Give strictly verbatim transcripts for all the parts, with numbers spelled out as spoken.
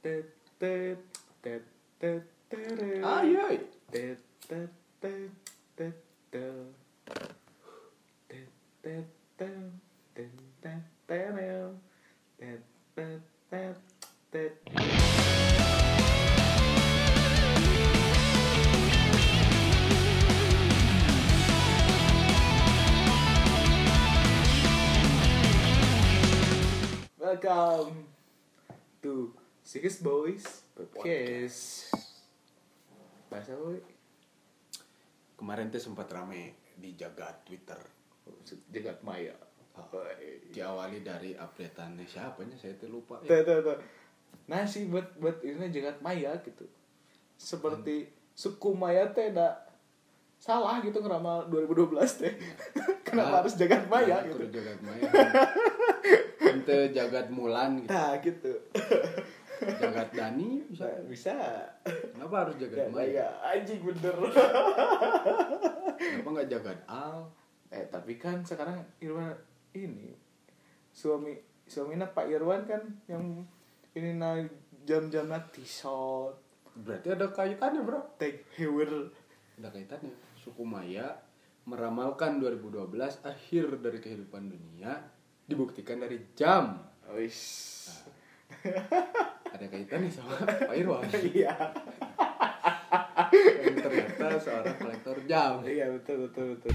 tet tet tet tet tet. Ayo. Tet tet tet tet tet. Tet tet tet tet tet tet. Tet tet tet tet. Welcome to Six Boys Podcast. Bahasa boy. Kemarin tuh sempat rame di jagat Twitter, Jagat maya. oh, diawali dari update-annya siapanya saya tuh lupa. Tuh, tuh, tuh. Nah sih buat buat ini jagat maya gitu. Seperti hmm. suku Maya teh dak salah gitu ngeramal dua ribu dua belas teh. Kenapa nah, harus jagat maya nah, gitu? Jagat maya. Ente jagat Mulan gitu. Nah gitu. Jagat Dani bisa. Nah, bisa. Kenapa harus jagat maya? Anjing bener. Kenapa enggak jagat Al? Eh tapi kan sekarang Irwan ini suami suaminya Pak Irwan kan yang ini na jam-jam t-shirt. Berarti ada kaitannya, Bro. Tag Hewer. Ada kaitannya. Suku Maya meramalkan dua ribu dua belas akhir dari kehidupan dunia dibuktikan dari jam. Wis. Nah, ada kaitannya sama Pak Irwan. Iya. Yang ternyata seorang kolektor jam. Iya betul betul betul.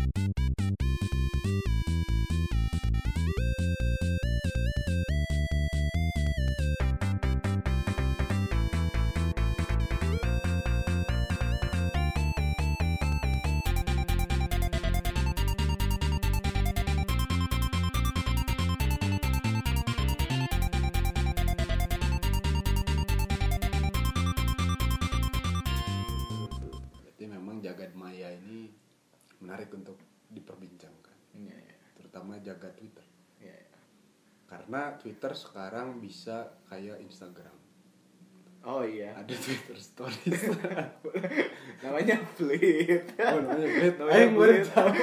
Jagat maya ini menarik untuk diperbincangkan, ya, ya. terutama jagat Twitter, ya, ya. karena Twitter sekarang bisa kayak Instagram. Oh iya. Ada Twitter Stories. Namanya Fleet. Oh namanya Fleet. Aing baru tahu.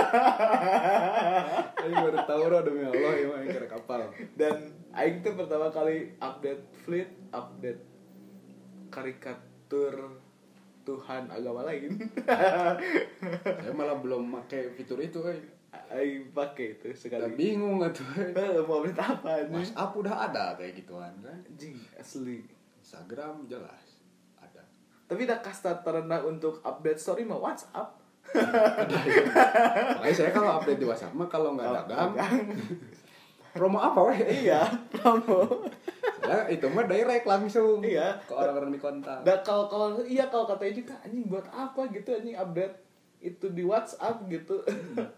Aing baru tahu roh demi Allah ya mah kira kapal. Dan Aing tuh pertama kali update Fleet, update karikatur Tuhan agama lain. Saya malah belum pakai fitur itu, eh. Aing pakai itu sekali. Udah bingung atuh. Eh, mau update apa nih? WhatsApp udah ada kayak gituan kan. Anjing, asli. Instagram jelas ada. Tapi dah kasta terendah untuk update story mah WhatsApp. Ada ya. Makanya saya kalau update di WhatsApp mah kalau nggak dagang. Promo apa weh? Iya, promo. Ya itu mah direct langsung. Iya. Ke orang-orang di kontak. Dan kalau kalau iya kalau katanya juga anjing buat apa gitu anjing update itu di WhatsApp gitu. Hmm.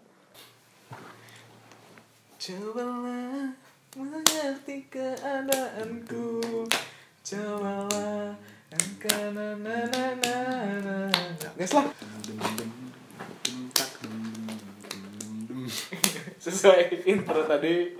Cobalah mengerti keadaanku. Cobalah engkau na na na na na. Nes lah. Sesuai intro tadi.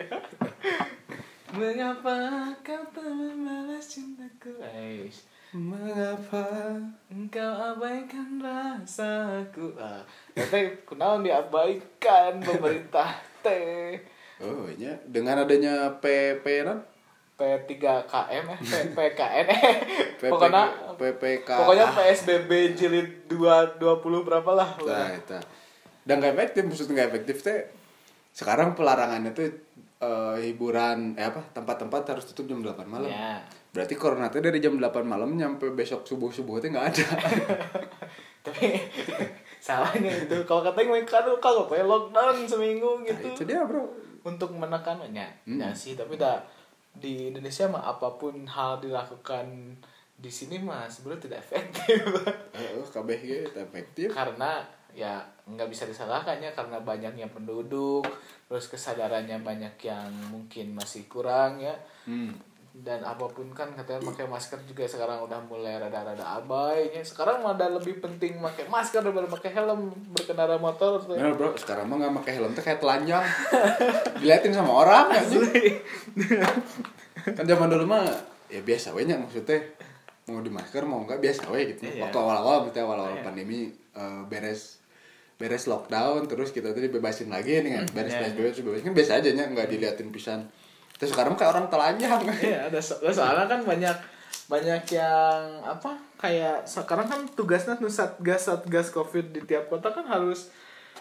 Mengapa kau tak membalas cintaku? Aish. Mengapa engkau abaikan rasaku? Ah, teh kunaon diabaikan pemerintah teh. Oh, nya dengan adanya P P non P tiga K M eh P K N eh pokoknya P P K pokoknya P S B B jilid dua puluh berapa lah. Nah, itu. Dan enggak efektif, maksudnya enggak efektif teh. Sekarang pelarangannya tuh uh, hiburan eh apa tempat-tempat harus tutup jam delapan malam. Ya. Berarti corona tuh dari jam delapan malam nyampe besok subuh-subuh tuh enggak ada. Tapi salahnya itu kalau katanya mereka tuh kalau kayak lockdown seminggu gitu. Nah, itu dia, Bro. Untuk menekannya. Hmm. Ya sih, tapi dah di Indonesia mah apapun hal dilakukan di sini mah sebenarnya tidak efektif. Heeh, kabeh ge teu efektif. Karena ya nggak bisa disalahkan ya karena banyaknya penduduk, terus kesadarannya banyak yang mungkin masih kurang ya. Hmm. Dan apapun kan katanya pakai masker juga sekarang udah mulai rada-rada abai ya. Sekarang mah ada lebih penting pakai masker daripada pakai helm berkendara motor tuh. Nah, Bro, sekarang mah enggak pakai helm tuh kayak telanjang. Diliatin sama orang asli. Kan zaman dulu mah ya biasa we nya maksudnya mau di masker mau enggak biasa we gitu. Iya. Waktu awal-awal gitu awal-awal iya. pandemi uh, beres beres lockdown terus kita tuh dibebasin lagi nih kan. Beres P S B B terus bebasin kan biasa aja nya enggak diliatin pisan. Terus sekarang kayak orang telanjang. Iya, ada so- soalnya kan banyak banyak yang apa kayak sekarang kan tugasnya tuh satgas satgas covid di tiap kota kan harus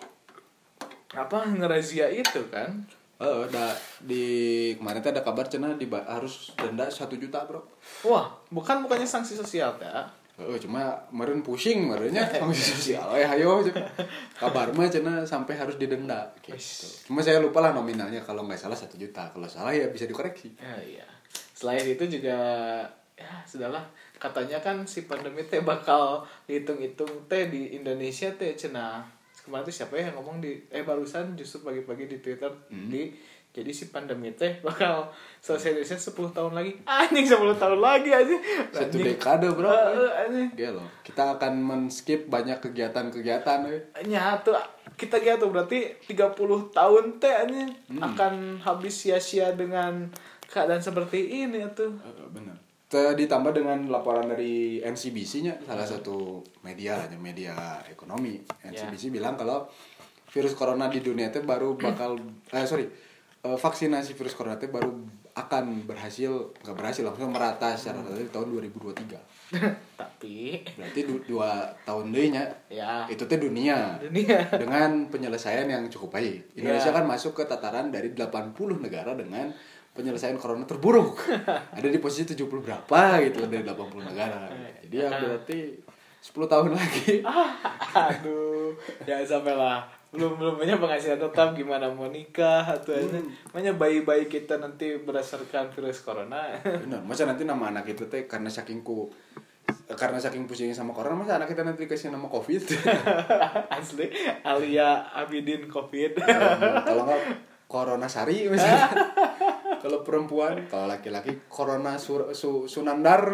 apa ngerazia itu kan. Oh, ada di kemarin tuh ada kabar cenah di harus denda satu juta bro. Wah, bukan bukannya sanksi sosial ya? Oh, cuma meren pusing merenya sanksi sosial. Eh, ayo kabar mah cenah sampai harus didenda. Gitu. Cuma saya lupa lah nominalnya, kalau nggak salah satu juta. Kalau salah ya bisa dikoreksi. Ya, iya. Selain itu juga ya sudahlah, katanya kan si pandemi teh bakal hitung-hitung teh di Indonesia teh cenah. Kemarin tuh siapa ya yang ngomong di eh barusan justru pagi-pagi di Twitter hmm. di jadi si pandemi teh bakal selesai Indonesia sepuluh tahun lagi. Anjing sepuluh tahun lagi aja. Satu dekade, Bro. Heeh, uh, anjing. Gelo. Kita akan men-skip banyak kegiatan-kegiatan euy. Nya tuh kita gitu berarti tiga puluh tahun teh anjing hmm. akan habis sia-sia dengan keadaan seperti ini tuh. Uh, benar. Ditambah dengan laporan dari N C B C-nya, salah satu media lah, media ekonomi. N C B C yeah. bilang kalau virus corona di dunia itu baru bakal eh sorry vaksinasi virus corona itu baru akan berhasil nggak berhasil langsung merata secara rata di tahun dua ribu dua puluh tiga. Tapi berarti du- dua tahun deh-nya ya. Itu teh dunia. Dunia dengan penyelesaian yang cukup baik. Indonesia ya. kan masuk ke tataran dari delapan puluh negara dengan penyelesaian corona terburuk. Ada di posisi tujuh puluh berapa gitu dari delapan puluh negara. Jadi ya berarti sepuluh tahun lagi. Aduh, ya sampai lah. Belum belum punya penghasilan tetap gimana mau nikah atau aja. Makanya bayi-bayi kita nanti berdasarkan virus corona. Benar, masa nanti nama anak itu teh karena saking ku karena saking pusingnya sama corona, masa anak kita nanti dikasih nama Covid. Asli, Alia Abidin Covid. Kalau enggak Corona Sari misalnya. Kalau perempuan, kalau laki-laki Corona sur, su, Sunandar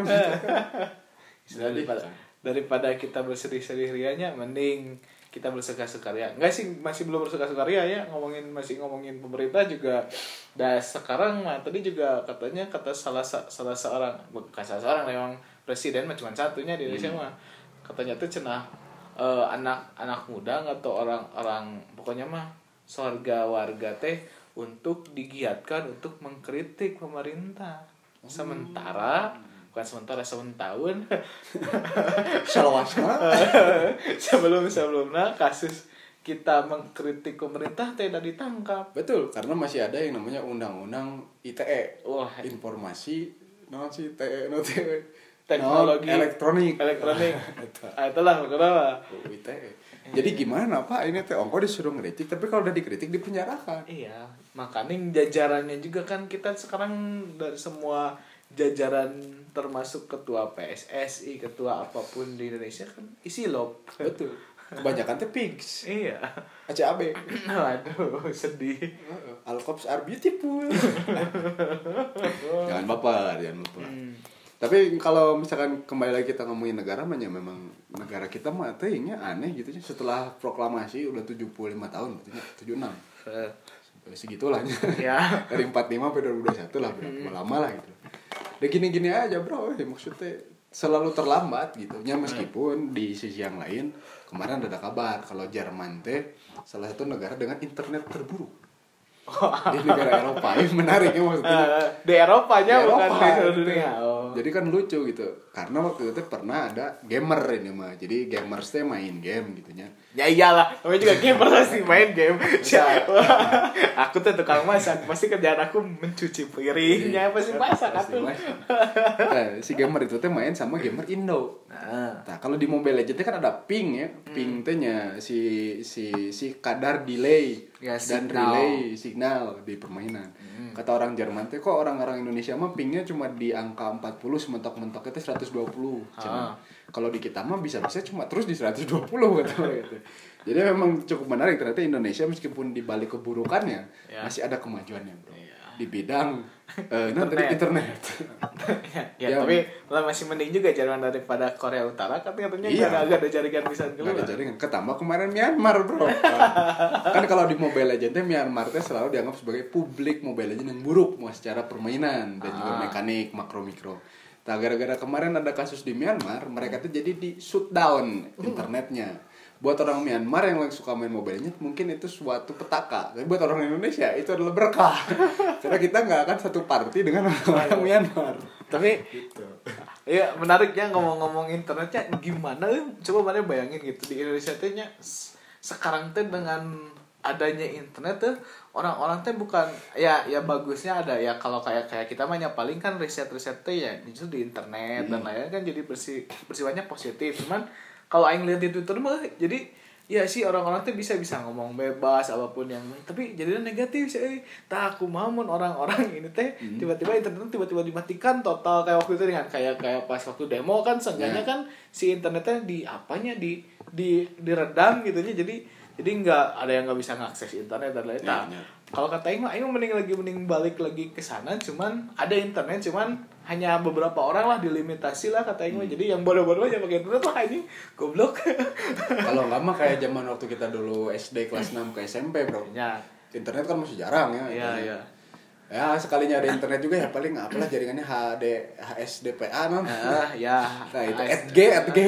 daripada, daripada kita bersedih-sedih rianya mending kita bersuka-sukaria. Enggak sih, masih belum bersuka-sukaria ya, ngomongin masih ngomongin pemerintah juga. Dan sekarang mah tadi juga katanya kata salah salah seorang bukan salah seorang memang presiden mah cuma satunya di Indonesia hmm. mah. Katanya tuh cenah uh, anak-anak muda atau orang-orang pokoknya mah warga warga teh untuk digiatkan untuk mengkritik pemerintah. Sementara bukan sementara sementahun salawasna sebelum sebelumnya kasus kita mengkritik pemerintah tidak ditangkap. Betul, karena masih ada yang namanya undang-undang I T E. Wah, informasi non sih T E no T E teknologi no, elektronik elektronik ah, itulah kenapa oh, I T E. Jadi gimana Pak ini teh ongko disuruh ngeritik tapi kalau udah dikritik dipenjarakan. Iya, makanya jajarannya juga kan kita sekarang dari semua jajaran termasuk ketua P S S I, ketua apapun di Indonesia kan isi lob. Betul. Kebanyakan teh pigs. Iya. A C A B. Aduh, sedih. All cops are beautiful. Jangan baper, jangan baper. Hmm. Tapi kalau misalkan kembali lagi kita ngomongin negara mah ya memang negara kita mah tehnya aneh gitu ya. Setelah proklamasi udah tujuh puluh lima tahun berarti tujuh puluh enam. Segitulah ya. Dari empat puluh lima sampai dua ribu dua puluh satu lah berapa hmm. lama lah gitu. Udah gini-gini aja bro, ya, maksudnya selalu terlambat gitu. Ya meskipun di sisi yang lain kemarin ada kabar kalau Jerman teh salah satu negara dengan internet terburuk. Di negara Eropa, ini menarik ya maksudnya. Uh, di Eropanya di bukan Eropa, di seluruh dunia. Oh. Jadi kan lucu gitu, karena waktu itu pernah ada gamer ini mah, jadi gamers teh main game gitunya. Ya iyalah, namanya juga gamer pasti main game. Aku tuh tukang masak, pasti kerjaan aku mencuci piringnya, pasti masak aku. Nah, si gamer itu teh main sama gamer Indo. Nah, nah kalau di Mobile Legends kan ada ping ya, ping hmm. tehnya si si si kadar delay ya, dan signal. relay signal di permainan. Hmm. Kata orang Jerman teh kok orang-orang Indonesia mah pingnya cuma di angka empat puluh sementok-mentoknya teh seratus dua puluh. Ah. Kalau di kita mah bisa-bisa cuma terus di seratus dua puluh kata gitu. Jadi memang cukup menarik ternyata Indonesia meskipun di balik keburukannya ya. Masih ada kemajuannya, Bro. Ya. Di bidang uh, internet. internet. ya, ya, ya, tapi lah masih mending juga Jerman daripada Korea Utara, tapi katanya iya. agak ada jaringan bisa keluar. Ada jaringan. Ketambah kemarin Myanmar, Bro. Kan kalau di Mobile Legends Myanmar teh selalu dianggap sebagai publik Mobile Legends yang buruk mau secara permainan dan ah. juga mekanik makro mikro. Nah, gara-gara kemarin ada kasus di Myanmar, mereka tuh jadi di shutdown internetnya. Buat orang Myanmar yang suka main mobilenya mungkin itu suatu petaka. Tapi buat orang Indonesia itu adalah berkah. Karena kita nggak akan satu party dengan orang-orang Myanmar. Tapi gitu. Iya, menariknya ngomong-ngomong internetnya gimana? Coba mana bayangin gitu di Indonesia teh nya sekarang teh dengan adanya internet tuh orang-orang teh bukan ya ya bagusnya ada ya kalau kayak kayak kita mah paling kan riset-riset teh ya justru di internet hmm. dan lain-lain kan jadi bersih bersifatnya positif. Cuman kalau aing lihat di Twitter mah jadi ya sih orang-orang tuh bisa bisa ngomong bebas apapun yang tapi jadinya negatif sih eh tak aku mamun orang-orang ini teh hmm. tiba-tiba internet tiba-tiba dimatikan total kayak waktu itu dengan kayak kayak pas waktu demo kan seenggaknya yeah. kan si internetnya di apanya di di diredam gitu nya jadi jadi nggak ada yang nggak bisa ngakses internet dan lain-lain. Yeah, yeah. Kalau kata Aing mah Aing mending lagi mending balik lagi ke sana cuman ada internet cuman hanya beberapa orang lah dilimitasi lah kata Aing mah. Hmm. Jadi yang bodoh-bodoh aja pakai internet lah ini goblok. Kalau nggak mah kayak zaman waktu kita dulu S D kelas enam ke S M P, Bro. Ya. Internet kan masih jarang ya. Iya, iya. Ya sekalinya ada internet juga ya paling apalah jaringannya H D H S D P A non. Ah ya. Nah itu at G at G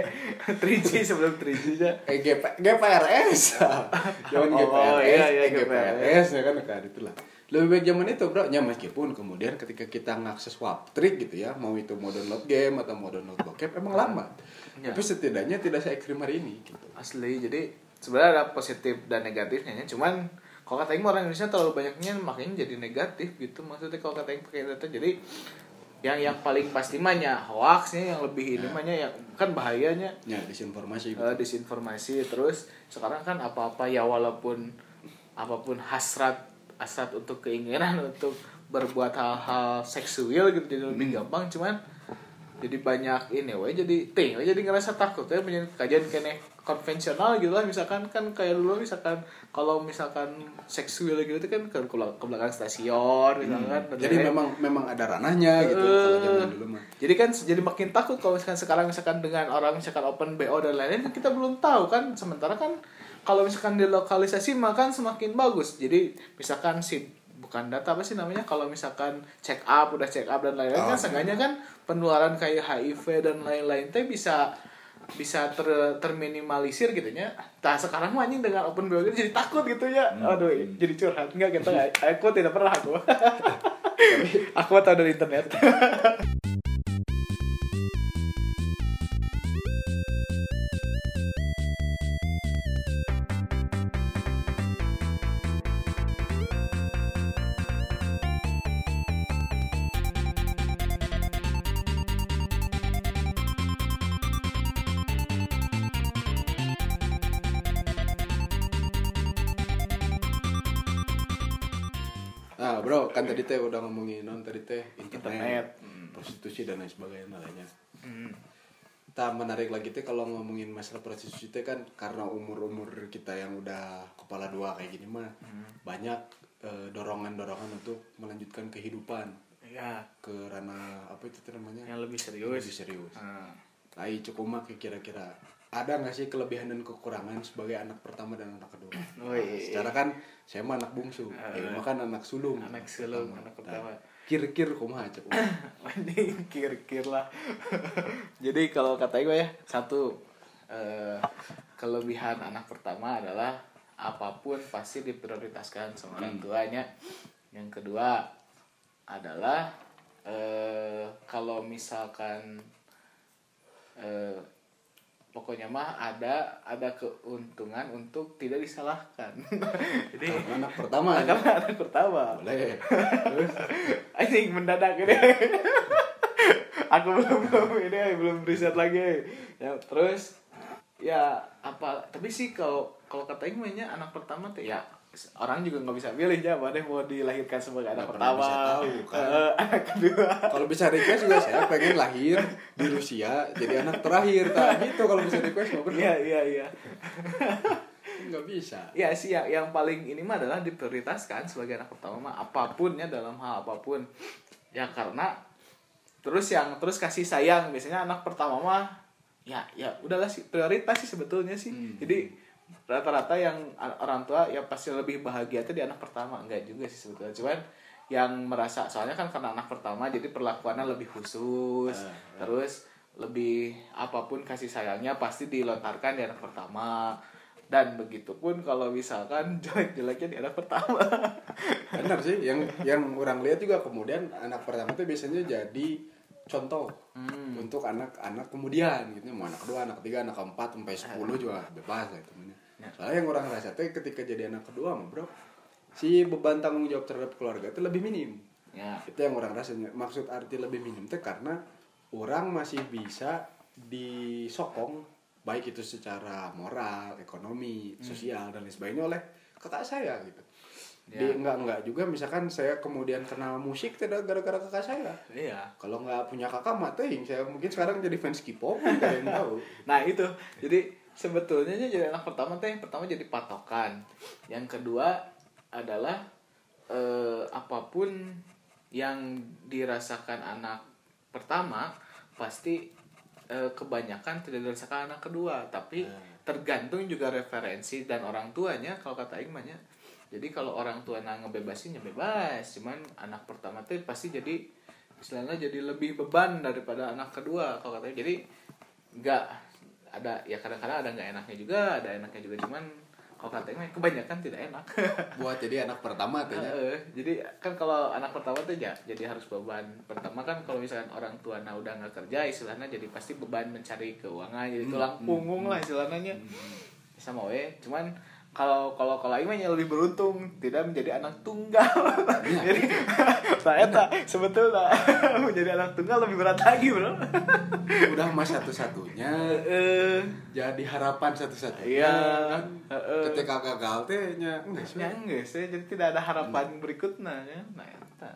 tiga G sebelum tiga G nya. Eh G G P R S. Zaman G P R S, iya, iya, G P R S ya kan kan itulah. Lebih baik zaman itu bro, ya meskipun kemudian ketika kita ngakses Waptrik gitu ya, mau itu mau download game atau mau download bokep emang lama. Ya. Tapi setidaknya tidak se-ekstrim hari ini gitu. Asli, jadi sebenarnya ada positif dan negatifnya, cuman kalau kata Aing orang Indonesia terlalu banyaknya makanya jadi negatif gitu. Maksudnya kalau kata Aing pakai data jadi yang yang paling pasti mahnya hoaxnya yang lebih ini mahnya yang kan bahayanya ya disinformasi gitu. Uh, disinformasi terus sekarang kan apa-apa ya walaupun apapun hasrat hasrat untuk keinginan untuk berbuat hal-hal seksual gitu jadi lebih hmm. gampang cuman jadi banyak ini we jadi ting we jadi ngerasa takut ya punya kajian kene konvensional gitu lah misalkan kan kayak dulu misalkan kalau misalkan seksual gitu kan ke, ke belakang stasiun misalkan hmm. jadi lain. memang memang ada ranahnya gitu uh, kalau zaman dulu mah jadi kan jadi makin takut kalau misalkan sekarang misalkan dengan orang misalkan open B O dan lain-lain kita belum tahu kan sementara kan kalau misalkan dilokalisasi mah kan semakin bagus jadi misalkan si bukan data apa sih namanya kalau misalkan check up udah check up dan lain-lain oh, kan seenggaknya kan penularan kayak H I V dan lain-lain teh bisa bisa ter, terminimalisir gitu nya. Nah sekarang mah anjing dengan open B O jadi takut gitu ya. Hmm. Aduh jadi curhat enggak gitu enggak. Aku tidak pernah aku. Aku tahu dari internet. Nah bro, kan tadi teh udah ngomongin non tadi teh internet, internet. Hmm. prostitusi dan lain sebagainya lainnya. Hmm. Kita menarik lagi teh kalau ngomongin masalah prostitusi teh kan karena umur-umur kita yang udah kepala dua kayak gini mah hmm. banyak e, dorongan-dorongan untuk melanjutkan kehidupan. Ya. Ke ranah apa itu namanya? Yang lebih serius. Lebih serius. Hmm. Nah, cukup mah kira-kira ada nggak sih kelebihan dan kekurangan sebagai anak pertama dan anak kedua? Oh, iya, iya. Secara kan saya mah anak bungsu, uh, ya makan anak sulung. Anak sulung, anak pertama. Nah, kir-kir kumaha cek. Mending kir-kir lah. Jadi kalau kata gue ya, satu uh, kelebihan anak pertama adalah apapun pasti diprioritaskan sama orang tuanya. Yang kedua adalah uh, kalau misalkan uh, pokoknya mah ada ada keuntungan untuk tidak disalahkan. Jadi karena anak pertama ya. Karena anak pertama. Boleh. Terus anjing mendadak ini. Aku belum belum ini belum riset lagi. Ya, terus ya apa tapi sih kalau kalau katanya mainnya anak pertama tuh ya orang juga nggak bisa pilih ya mana mau dilahirkan sebagai anak gak pertama bisa tahu, kan? uh, anak kedua kalau bisa request juga saya pengen lahir di Rusia jadi anak terakhir tak gitu kalau bisa request mau bener iya iya iya nggak bisa ya sih yang, yang paling ini mah adalah diprioritaskan sebagai anak pertama mah apapun ya dalam hal apapun ya karena terus yang terus kasih sayang biasanya anak pertama mah ya ya udahlah sih prioritas sih sebetulnya sih hmm. Jadi rata-rata yang orang tua ya pasti lebih bahagia tuh di anak pertama enggak juga sih sebetulnya cuman yang merasa soalnya kan karena anak pertama jadi perlakuannya lebih khusus uh, uh. terus lebih apapun kasih sayangnya pasti dilontarkan di anak pertama dan begitupun kalau misalkan jelek-jeleknya di anak pertama benar sih yang yang orang lihat juga kemudian anak pertama tuh biasanya jadi contoh hmm. untuk anak-anak kemudian gitu, mau anak kedua, anak ketiga, anak keempat sampai sepuluh juga bebas lah itu. Ya. Soalnya yang orang rasa teh ketika jadi anak kedua mah bro, si beban tanggung jawab terhadap keluarga itu lebih minim. Ya. Itu yang orang rasanya. Maksud arti lebih minim teh karena orang masih bisa disokong baik itu secara moral, ekonomi, hmm. sosial dan lain sebagainya oleh kakak saya gitu. Ya. Di enggak enggak juga misalkan saya kemudian kenal musik tidak gara-gara kakak saya. Iya. Kalau enggak punya kakak mah teh saya mungkin sekarang jadi fans K-pop enggak yang tahu. Nah, itu. Jadi sebetulnya jadi anak pertama teh yang pertama jadi patokan. Yang kedua adalah eh, apapun yang dirasakan anak pertama pasti eh, kebanyakan tidak dirasakan anak kedua, tapi hmm. tergantung juga referensi dan orang tuanya kalau kata Aing mah nya. Jadi kalau orang tua nah ngebebasin ya bebas, cuman anak pertama tuh pasti jadi istilahnya jadi lebih beban daripada anak kedua kalau katanya. Jadi nggak ada ya kadang-kadang ada nggak enaknya juga, ada enaknya juga, cuman kalau katanya kebanyakan tidak enak. Buat jadi anak pertama tuh ya. Uh, jadi kan kalau anak pertama tuh ya jadi harus beban. Pertama kan kalau misalkan orang tua nah udah nggak kerja istilahnya jadi pasti beban mencari keuangan, jadi tulang hmm, punggung hmm, lah istilahnya. Hmm. Sama we, cuman kalau kalau kalau Aing lebih beruntung tidak menjadi anak tunggal. Ya. Jadi saya tak sebetulnya menjadi anak tunggal lebih berat lagi bro. Udah mas satu-satunya, uh, jadi harapan satu-satunya. Iya. Kan? Uh, Ketika gagal teh nya enggak sih. Ya enggak sih, jadi tidak ada harapan hmm. berikutnya ya. Nah, eta.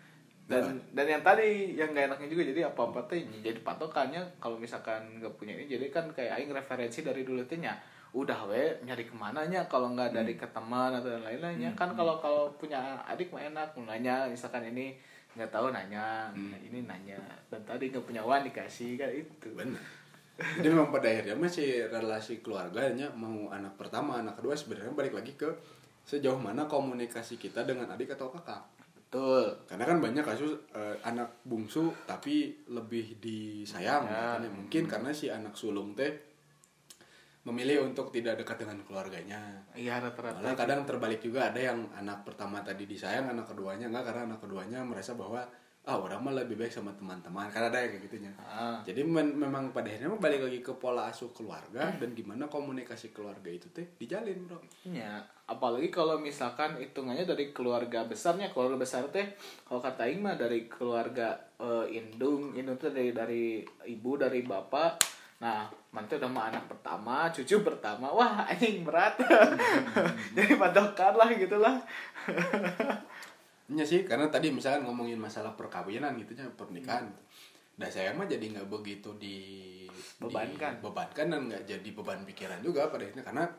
Dan nah. dan yang tadi yang gak enaknya juga jadi apa-apa teh jadi patokannya kalau misalkan nggak punya ini jadi kan kayak Aing referensi dari dulu teh nya udah we nyari kemana nya kalau nggak dari hmm. ke teman atau yang lain-lainnya hmm. kan kalau kalau punya adik mah enak nanya misalkan ini nggak tahu nanya hmm. nah, ini nanya dan tadi nggak punya uang dikasih kan itu benar. Jadi memang pada akhirnya masih relasi keluarganya mau anak pertama anak kedua sebenarnya balik lagi ke sejauh mana komunikasi kita dengan adik atau kakak. Betul. Karena kan banyak kasus uh, anak bungsu tapi lebih disayang ya. Kan? Mungkin hmm. karena si anak sulung teh memilih untuk tidak dekat dengan keluarganya. Iya rata-rata. Malah kadang terbalik juga ada yang anak pertama tadi disayang, anak keduanya enggak karena anak keduanya merasa bahwa ah orang mah lebih baik sama teman-teman. Karena ada yang kayak gitunya. Ah. Jadi men- memang pada akhirnya balik lagi ke pola asuh keluarga hmm. dan gimana komunikasi keluarga itu teh dijalin, bro. Iya, apalagi kalau misalkan hitungannya dari keluarga besarnya, keluarga besar teh kalau kata Aing mah dari keluarga uh, indung, indung tuh dari dari ibu, dari bapak. Nah, mantu udah mah anak pertama, cucu pertama, wah anjing berat. Jadi patokan lah gitulah. Iya sih, karena tadi misalkan ngomongin masalah perkawinan gitu ya, pernikahan. Hmm. Dan saya mah jadi nggak begitu di bebankan, bebankan dan nggak jadi beban pikiran juga pada akhirnya karena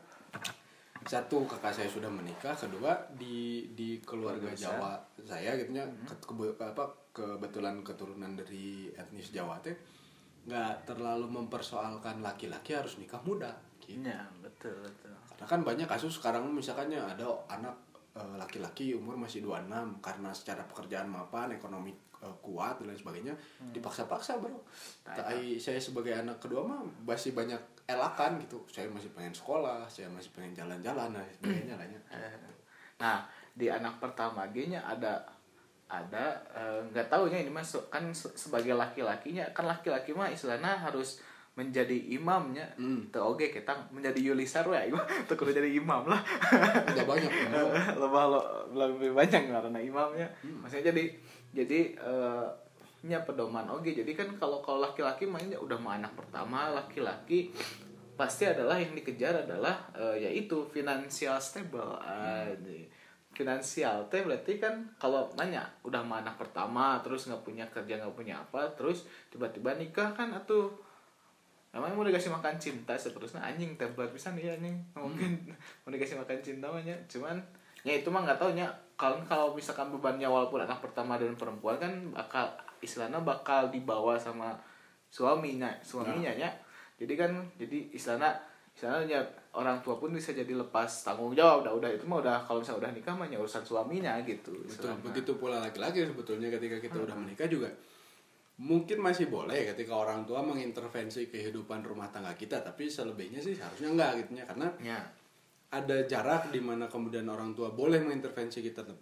satu kakak saya sudah menikah, kedua di di keluarga Besar. Jawa saya gitu ya, hmm. ke, ke, apa kebetulan keturunan dari etnis Jawa teh nggak terlalu mempersoalkan laki-laki harus nikah muda gitu. Ya, betul betul. Karena kan banyak kasus sekarang misalkannya ada anak e, laki-laki umur masih dua puluh enam karena secara pekerjaan mapan, ekonomi e, kuat dan lain sebagainya hmm. dipaksa-paksa, bro. Tapi saya sebagai anak kedua mah masih banyak elakan gitu. Saya masih pengen sekolah, saya masih pengen jalan-jalan dan sebagainya lah ya. Nah, di anak pertama G-nya ada ada nggak uh, tahunya ini masuk kan sebagai laki-lakinya kan laki-laki mah istilahnya harus menjadi imamnya hmm. tuh oke okay, kita menjadi Yulisar ya tuh kudu jadi imam lah udah banyak lebih lebih banyak karena imamnya hmm. maksudnya jadi jadi uh, nya pedoman oke okay. Jadi kan kalau kalau laki-laki mainnya udah mah anak pertama laki-laki pasti adalah yang dikejar adalah uh, yaitu financial stable uh, hmm. Finansial teh berarti kan kalau nanya udah mah anak pertama terus nggak punya kerja nggak punya apa terus tiba-tiba nikah kan atuh emang mau dikasih makan cinta seterusnya anjing tebal pisan ya nih mungkin hmm. mau dikasih makan cinta banyak cuman ya itu mah nggak tahu nya kalau kalau misalkan bebannya walaupun anak pertama dan perempuan kan bakal istilahnya bakal dibawa sama suaminya suaminya ya jadi kan jadi istilahnya istilahnya orang tua pun bisa jadi lepas tanggung jawab udah udah itu mah udah kalau misalnya udah nikah mah ya urusan suaminya gitu. Betul, begitu pula laki-laki sebetulnya ketika kita hmm. udah menikah juga mungkin masih boleh ketika orang tua mengintervensi kehidupan rumah tangga kita tapi selebihnya sih seharusnya enggak gitu ya karena ya. Ada jarak di mana kemudian orang tua boleh mengintervensi kita lebih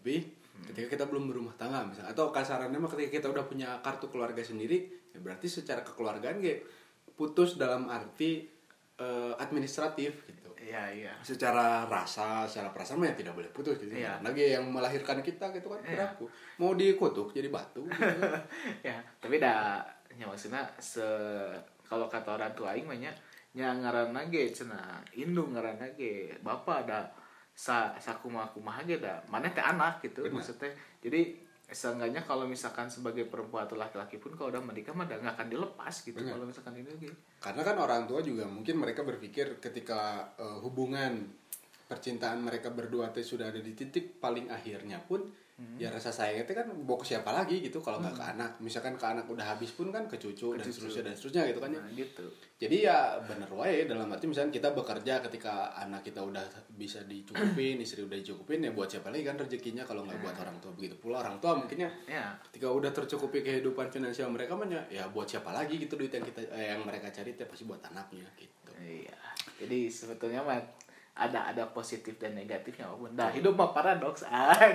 Ketika kita belum berumah tangga misalnya, atau kasarannya mah ketika kita udah punya kartu keluarga sendiri, ya berarti secara kekeluargaan kayak putus dalam arti uh, administratif gitu. Iya, iya. Secara rasa, secara perasaan ya tidak boleh putus gitu. Iya. Lagi yang melahirkan kita gitu kan, iya. Aku mau dikutuk jadi batu gitu. Ya, tapi dah nya maksudnya se kalau kata orang tua aing mah nya nya ngaranna ge cenah indung ngaranna ge bapak ada sa sakumaha-kumaha ge da maneh teh anak gitu. Benar. Maksudnya jadi seenggaknya kalau misalkan sebagai perempuan atau laki-laki pun kalau udah menikah mah nggak akan dilepas gitu. Benar. Kalau misalkan ini gitu. Karena kan orang tua juga mungkin mereka berpikir ketika uh, hubungan percintaan mereka berdua teh sudah ada di titik paling akhirnya pun hmm. ya rasa sayang itu kan bawa ke siapa lagi gitu kalau nggak hmm. ke anak. Misalkan ke anak udah habis pun kan ke cucu, ke dan cucu. seterusnya dan seterusnya gitu kan ya. Nah, gitu. Jadi ya bener wae dalam arti misalkan kita bekerja ketika anak kita udah bisa dicukupin, istri udah dicukupin ya buat siapa lagi kan rezekinya kalau nggak buat orang tua. Begitu pula orang tua mungkinnya ya. Ketika udah tercukupi kehidupan finansial mereka mah ya buat siapa lagi gitu duit yang kita eh, yang mereka cari itu pasti buat anaknya gitu. Iya. Jadi sebetulnya mah ada ada positif dan negatifnya walaupun dah hidup mah paradoks aja.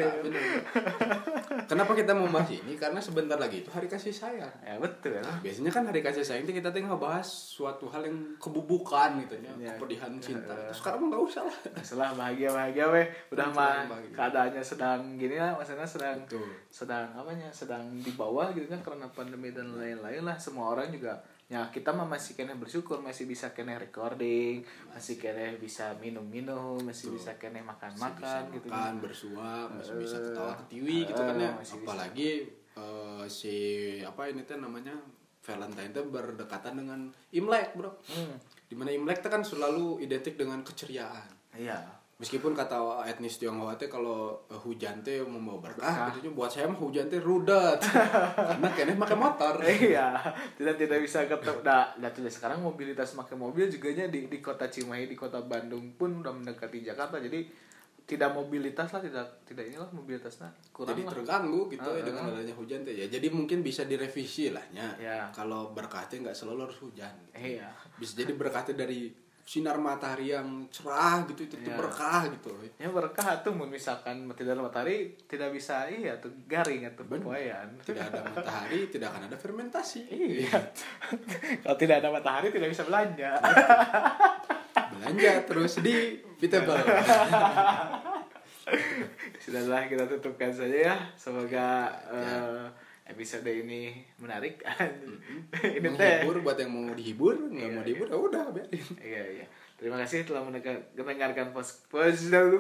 Kenapa kita mau bahas ini? Karena sebentar lagi itu hari kasih sayang. Ya betul. Nah, biasanya kan hari kasih sayang itu kita tengah bahas suatu hal yang kebubukan gitu ya, ya. Kepedihan cinta. Terus sekarang mah enggak usah lah. Masalah bahagia-bahagia weh. Udah mah keadaannya sedang gini lah, maksudnya sedang betul. sedang apanya? Sedang di bawah gitu kan karena pandemi dan lain-lain lah. Semua orang juga ya kita mah masih kena bersyukur, masih bisa kena recording, masih kena bisa minum-minum, masih Tuh. bisa kena makan-makan masih bisa gitu. Makan, bersuap, masih uh, bisa ketawa ketiwi uh, gitu kan ya. Apalagi uh, si apa ini teh namanya Valentine teh berdekatan dengan Imlek, Bro. Hmm. Dimana Imlek teh kan selalu identik dengan keceriaan. Iya. Meskipun kata etnis Tionghoa teh kalau uh, hujan teh membawa berkah, gitu buat saya mah hujan teh rudet. Karena kayaknya pakai motor. Iya, tidak tidak bisa ketemu. Nah, nah sekarang mobilitas pakai mobil juga nya di di kota Cimahi, di kota Bandung pun udah mendekati Jakarta. Jadi tidak mobilitas lah, tidak tidak inilah mobilitasnya kurang. Jadi lah. terganggu gitu uh, ya uh, dengan adanya hujan teh ya. Jadi mungkin bisa direvisi lah nya. Ya. Kalau berkah teh enggak selalu harus hujan. Gitu. Iya. Bisa jadi berkah teh dari sinar matahari yang cerah gitu itu ya. Berkah gitu. Ya berkah tuh misalkan tidak ada matahari tidak bisa iya tuh garing atau pepoyan. Tidak ada matahari tidak akan ada fermentasi. Iya. Kalau tidak ada matahari tidak bisa belanja. Belanja terus di Vitable. Sudahlah kita tutupkan saja ya. Semoga ya. Uh, episode ini menarik. Ini menghibur buat yang mau dihibur, nggak iya, mau dihibur, iya. udah biarin. Iya iya. Terima kasih telah mendengarkan pos pos.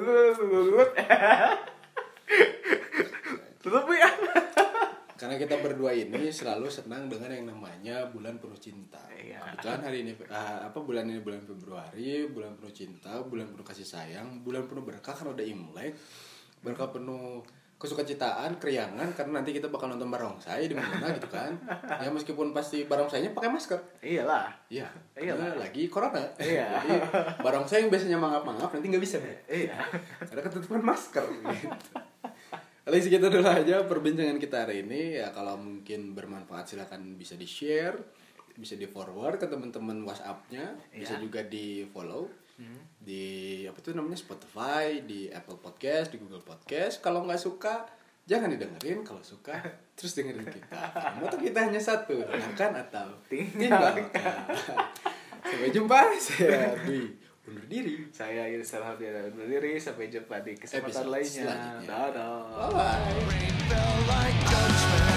Tutup ya. Karena kita berdua ini selalu senang dengan yang namanya bulan penuh cinta. Iya. Kebetulan hari ini uh, apa bulan ini bulan Februari, bulan penuh cinta, bulan penuh kasih sayang, bulan penuh berkah karena udah Imlek, berkah penuh kesukacitaan, keriangan karena nanti kita bakal nonton barongsai di mana gitu kan. Ya meskipun pasti barongsainya pakai masker. Iyalah. Iya. Iyalah. Lagi corona. Iya. Jadi barongsai yang biasanya mangap-mangap nanti enggak bisa. Iya. Karena ketutupan masker gitu. Kali segitu dulu aja perbincangan kita hari ini. Ya kalau mungkin bermanfaat silakan bisa di-share, bisa di-forward ke teman-teman WhatsApp-nya, iya. Bisa juga di-follow. Hmm. Di apa tuh namanya Spotify, di Apple Podcast, di Google Podcast. Kalau nggak suka jangan didengerin, kalau suka terus dengerin kita. Moto kita hanya satu, dengarkan atau tinggalkan. Sampai jumpa, saya Dwi undur diri. Saya Irsan Hardiana undur diri. Sampai jumpa di kesempatan episode lainnya. Selanjutnya. Dadah. Bye bye.